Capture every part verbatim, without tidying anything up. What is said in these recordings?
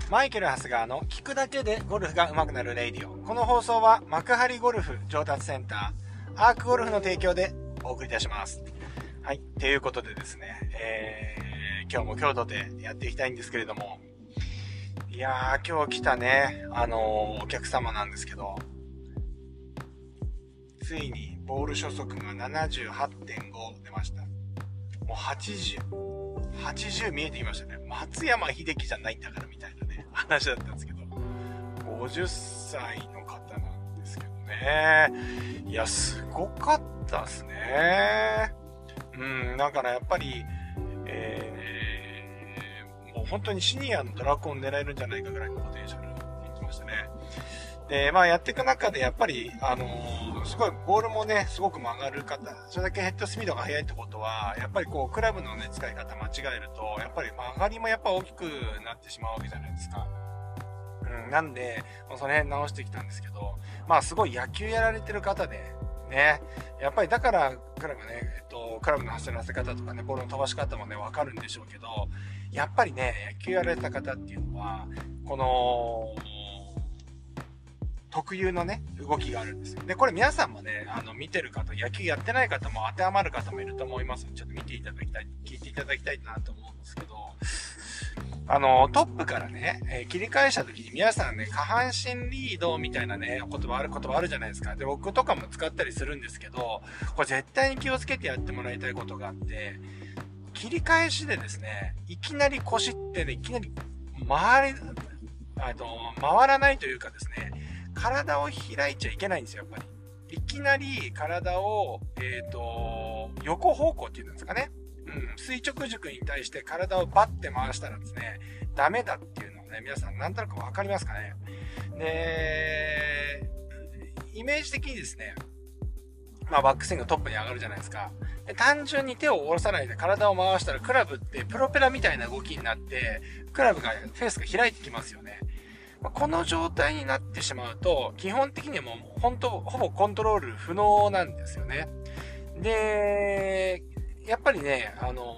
マイケル・長谷川の聞くだけでゴルフが上手くなるレイディオ。この放送は幕張ゴルフ上達センター、アークゴルフの提供でお送りいたします。はい。ということでですね、えー、今日も京都でやっていきたいんですけれども、いやー、今日来たね、あのー、お客様なんですけど、ついにボール初速が ななじゅうはちてんご 出ました。もうはちじゅう、はちじゅう見えてきましたね。松山英樹じゃないんだからみたいなね、話だったんですけど、ごじゅっさいの方なんですけどね。いや、すごかったですね。うん、だからやっぱり、えー、もう本当にシニアのドラコン狙えるんじゃないかぐらいのポテンシャルって言ってましたね。で、まあやっていく中でやっぱり、あのー、すごいボールもね、すごく曲がる方、それだけヘッドスピードが速いってことは、やっぱりこう、クラブのね、使い方間違えると、やっぱり曲がりもやっぱ大きくなってしまうわけじゃないですか。うん、なんで、その辺直してきたんですけど、まあすごい野球やられてる方で、ね、やっぱりだから、クラブね、えっと、クラブの走らせ方とかね、ボールの飛ばし方もね、わかるんでしょうけど、やっぱりね、野球やられた方っていうのは、この、特有のね、動きがあるんですよ。で、これ皆さんもね、あの、見てる方、野球やってない方も当てはまる方もいると思いますので、ちょっと見ていただきたい、聞いていただきたいなと思うんですけど、あの、トップからね、えー、切り返した時に皆さんね、下半身リードみたいなね、言葉ある、言葉あるじゃないですか。で、僕とかも使ったりするんですけど、これ絶対に気をつけてやってもらいたいことがあって、切り返しでですね、いきなり腰ってね、いきなり回り、あの、回らないというかですね、体を開いちゃいけないんですよ、やっぱり。いきなり体を、えっと、横方向っていうんですかね。うん、垂直軸に対して体をバッて回したらですね、ダメだっていうのをね、皆さんなんとなくわかりますかね。で、イメージ的にですね、まあバックスイングトップに上がるじゃないですか。で、単純に手を下ろさないで体を回したらクラブってプロペラみたいな動きになって、クラブが、フェースが開いてきますよね。この状態になってしまうと、基本的にはもう本当、ほぼコントロール不能なんですよね。で、やっぱりね、あの、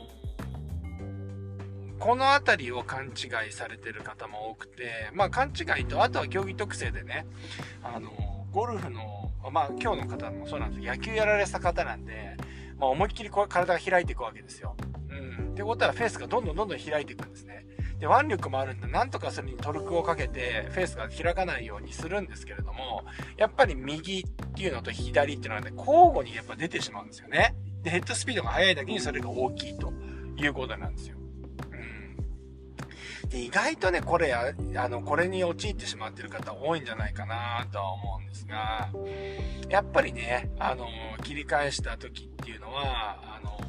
このあたりを勘違いされてる方も多くて、まあ勘違いと、あとは競技特性でね、あの、ゴルフの、まあ今日の方もそうなんですけど、野球やられた方なんで、まあ思いっきりこう体が開いていくわけですよ。うん。ってことはフェースがどんどんどんどん開いていくんですね。で、腕力もあるんで、なんとかそれにトルクをかけて、フェースが開かないようにするんですけれども、やっぱり右っていうのと左っていうのはね、交互にやっぱ出てしまうんですよね。で、ヘッドスピードが速いだけにそれが大きいということなんですよ。うん。で、意外とね、これ、あの、これに陥ってしまってる方多いんじゃないかなとは思うんですが、やっぱりね、あの、切り返した時っていうのは、あの、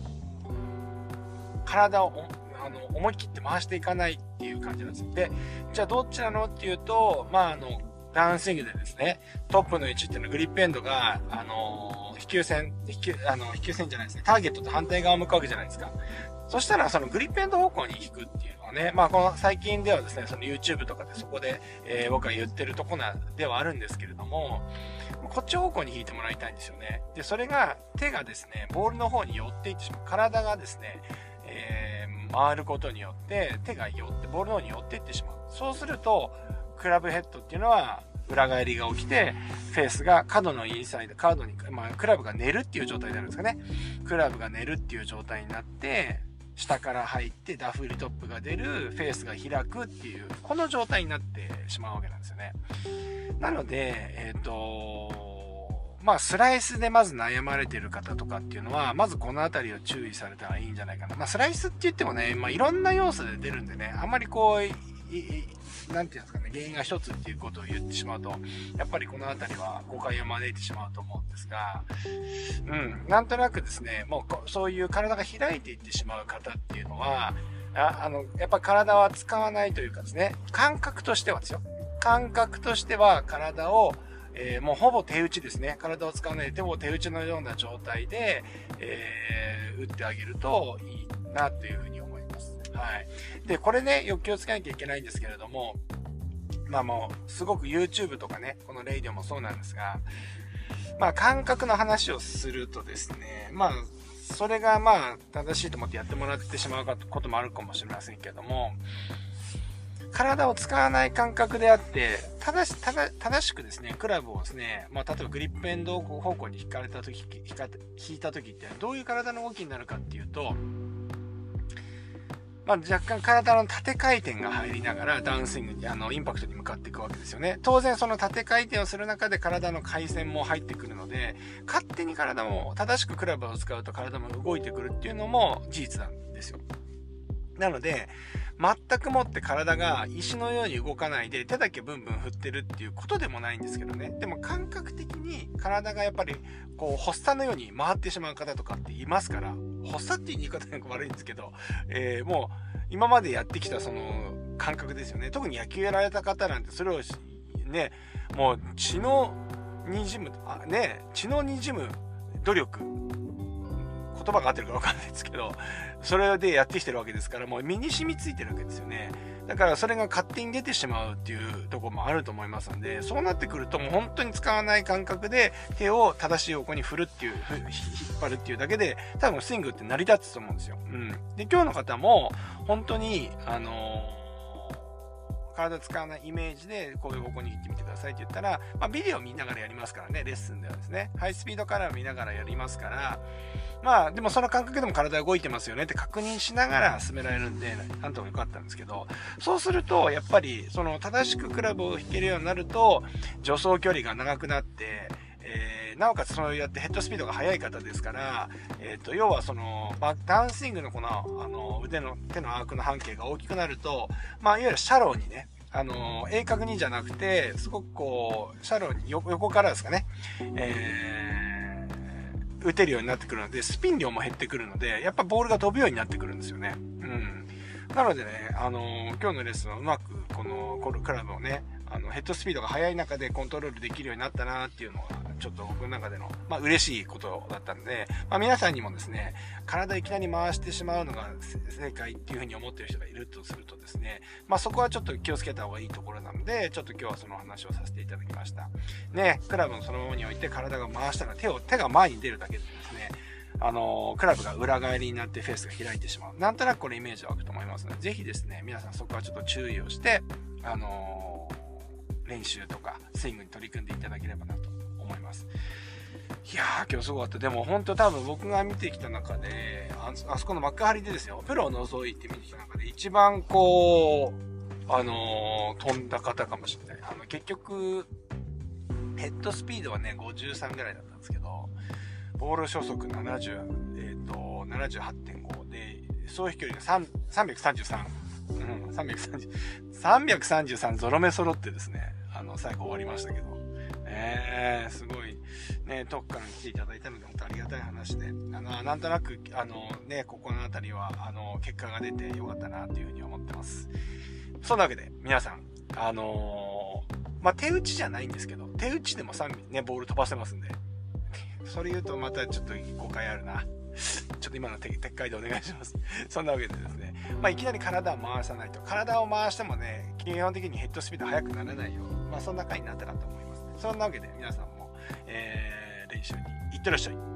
体を、あの、思い切って回していかないっていう感じなんですよ。で、じゃあどっちなのっていうと、まあ、あの、ダウンスイングでですね、トップの位置っていうのはグリップエンドが、あの、飛球線、飛球、あの、飛球線じゃないですね、ターゲットと反対側を向くわけじゃないですか。そしたら、そのグリップエンド方向に引くっていうのはね、まあ、この最近ではですね、その YouTube とかでそこで、えー、僕は言ってるとこな、ではあるんですけれども、こっち方向に引いてもらいたいんですよね。で、それが、手がですね、ボールの方に寄っていってしまう。体がですね、えー、回ることによって手が寄ってボールの方に寄っていってしまう。そうするとクラブヘッドっていうのは裏返りが起きて、フェースが角のインサイド、カードに、まあ、クラブが寝るっていう状態になるんですかね。クラブが寝るっていう状態になって下から入ってダフりトップが出る、フェースが開くっていうこの状態になってしまうわけなんですよね。なのでえっとまあ、スライスでまず悩まれている方とかっていうのは、まずこのあたりを注意されたらいいんじゃないかな。まあ、スライスって言ってもね、まあ、いろんな要素で出るんでね、あんまりこう、なんていうんですかね、原因が一つっていうことを言ってしまうと、やっぱりこのあたりは誤解を招いてしまうと思うんですが、うん、なんとなくですね、もうそういう体が開いていってしまう方っていうのは、ああの、やっぱ体は使わないというかですね、感覚としてはですよ。感覚としては体をえー、もうほぼ手打ちですね。体を使わないで、でも手打ちのような状態で、えー、打ってあげるといいなというふうに思います。はい。で、これね、よく気をつけなきゃいけないんですけれども、まあもう、すごく YouTube とかね、このレイディオもそうなんですが、まあ感覚の話をするとですね、まあ、それがまあ正しいと思ってやってもらってしまうこともあるかもしれませんけども、 体を使わない感覚であって、正し、正正しくですね、クラブをですね、まあ、例えばグリップエンド方向に引かれた時、引か引いた時ってどういう体の動きになるかっていうと、まあ、若干体の縦回転が入りながらダウンスイングに、あの、インパクトに向かっていくわけですよね。当然その縦回転をする中で体の回旋も入ってくるので、勝手に体も、正しくクラブを使うと体も動いてくるっていうのも事実なんですよ。なので、全くもって体が石のように動かないで手だけブンブン振ってるっていうことでもないんですけどね。でも感覚的に体がやっぱりこう発作のように回ってしまう方とかっていますから、発作っていう言い方なんか悪いんですけど、えー、もう今までやってきたその感覚ですよね。特に野球やられた方なんてそれをね、もう血の滲む、あね、血の滲む努力、言葉が合ってるか分かんないですけど、それでやってきてるわけですから、もう身に染みついてるわけですよね。だからそれが勝手に出てしまうっていうところもあると思いますので、そうなってくるともう本当に使わない感覚で手を正しい横に振るっていう、引っ張るっていうだけで多分スイングって成り立つと思うんですよ。うん。で、今日の方も本当に、あのー体使わないイメージでこういう方向に行ってみてくださいって言ったら、まあ、ビデオ見ながらやりますからね、レッスンではですね、ハイスピードカラー見ながらやりますから、まあでもその感覚でも体動いてますよねって確認しながら進められるんで、なんとも良かったんですけど、そうするとやっぱりその正しくクラブを弾けるようになると助走距離が長くなって、えー、なおかつそうやってヘッドスピードが速い方ですから、えー、と要はそのダウンスイングのこのあの腕の手のアークの半径が大きくなると、まあ、いわゆるシャローにね、あの鋭角にじゃなくてすごくこうシャローに横からですかね、えー、打てるようになってくるのでスピン量も減ってくるのでやっぱボールが飛ぶようになってくるんですよね。うん、なのでね、あの今日のレッスンはうまくこのクラブをね、あのヘッドスピードが速い中でコントロールできるようになったなっていうのがちょっと僕の中での、まあ、嬉しいことだったので、まあ、皆さんにもですね、体いきなり回してしまうのが正解っていうふうに思ってる人がいるとするとですね、まあ、そこはちょっと気をつけた方がいいところなので、ちょっと今日はその話をさせていただきましたね。クラブのそのままに置いて体が回したら手を手が前に出るだけでですね、あのクラブが裏返りになってフェースが開いてしまう、なんとなくこれイメージ湧くと思いますので、ぜひですね皆さんそこはちょっと注意をしてあの練習とかスイングに取り組んでいただければなと思います。いやー今日すごかった。でも本当多分僕が見てきた中で あ, あそこの幕張でですよ、プロを除いて見てきた中で一番こうあのー、飛んだ方かもしれない。あの結局ヘッドスピードはねごじゅうさんぐらいだったんですけど、ボール初速ななじゅう、えー、と ななじゅうはちてんご で総飛距離がさんびゃくさんじゅうさん、うん、さんびゃくさんじゅう さんびゃくさんじゅうさんゾロ目揃ってですね、あの最後終わりましたけど、えー、すごいね、遠くから来ていただいたので本当ありがたい話で、あのなんとなくあのねここの辺りはあの結果が出てよかったなというふうに思ってます。そんなわけで皆さんあのー、まあ手打ちじゃないんですけど、手打ちでもさんねボール飛ばせますんで、それ言うとまたちょっと誤解あるな。ちょっと今の撤回でお願いします。そんなわけでですね、まあ、いきなり体を回さないと、体を回してもね基本的にヘッドスピード速くならないよ、まあ、そんな回になったらと思いますね。そんなわけで皆さんも、えー、練習に行ってらっしゃい。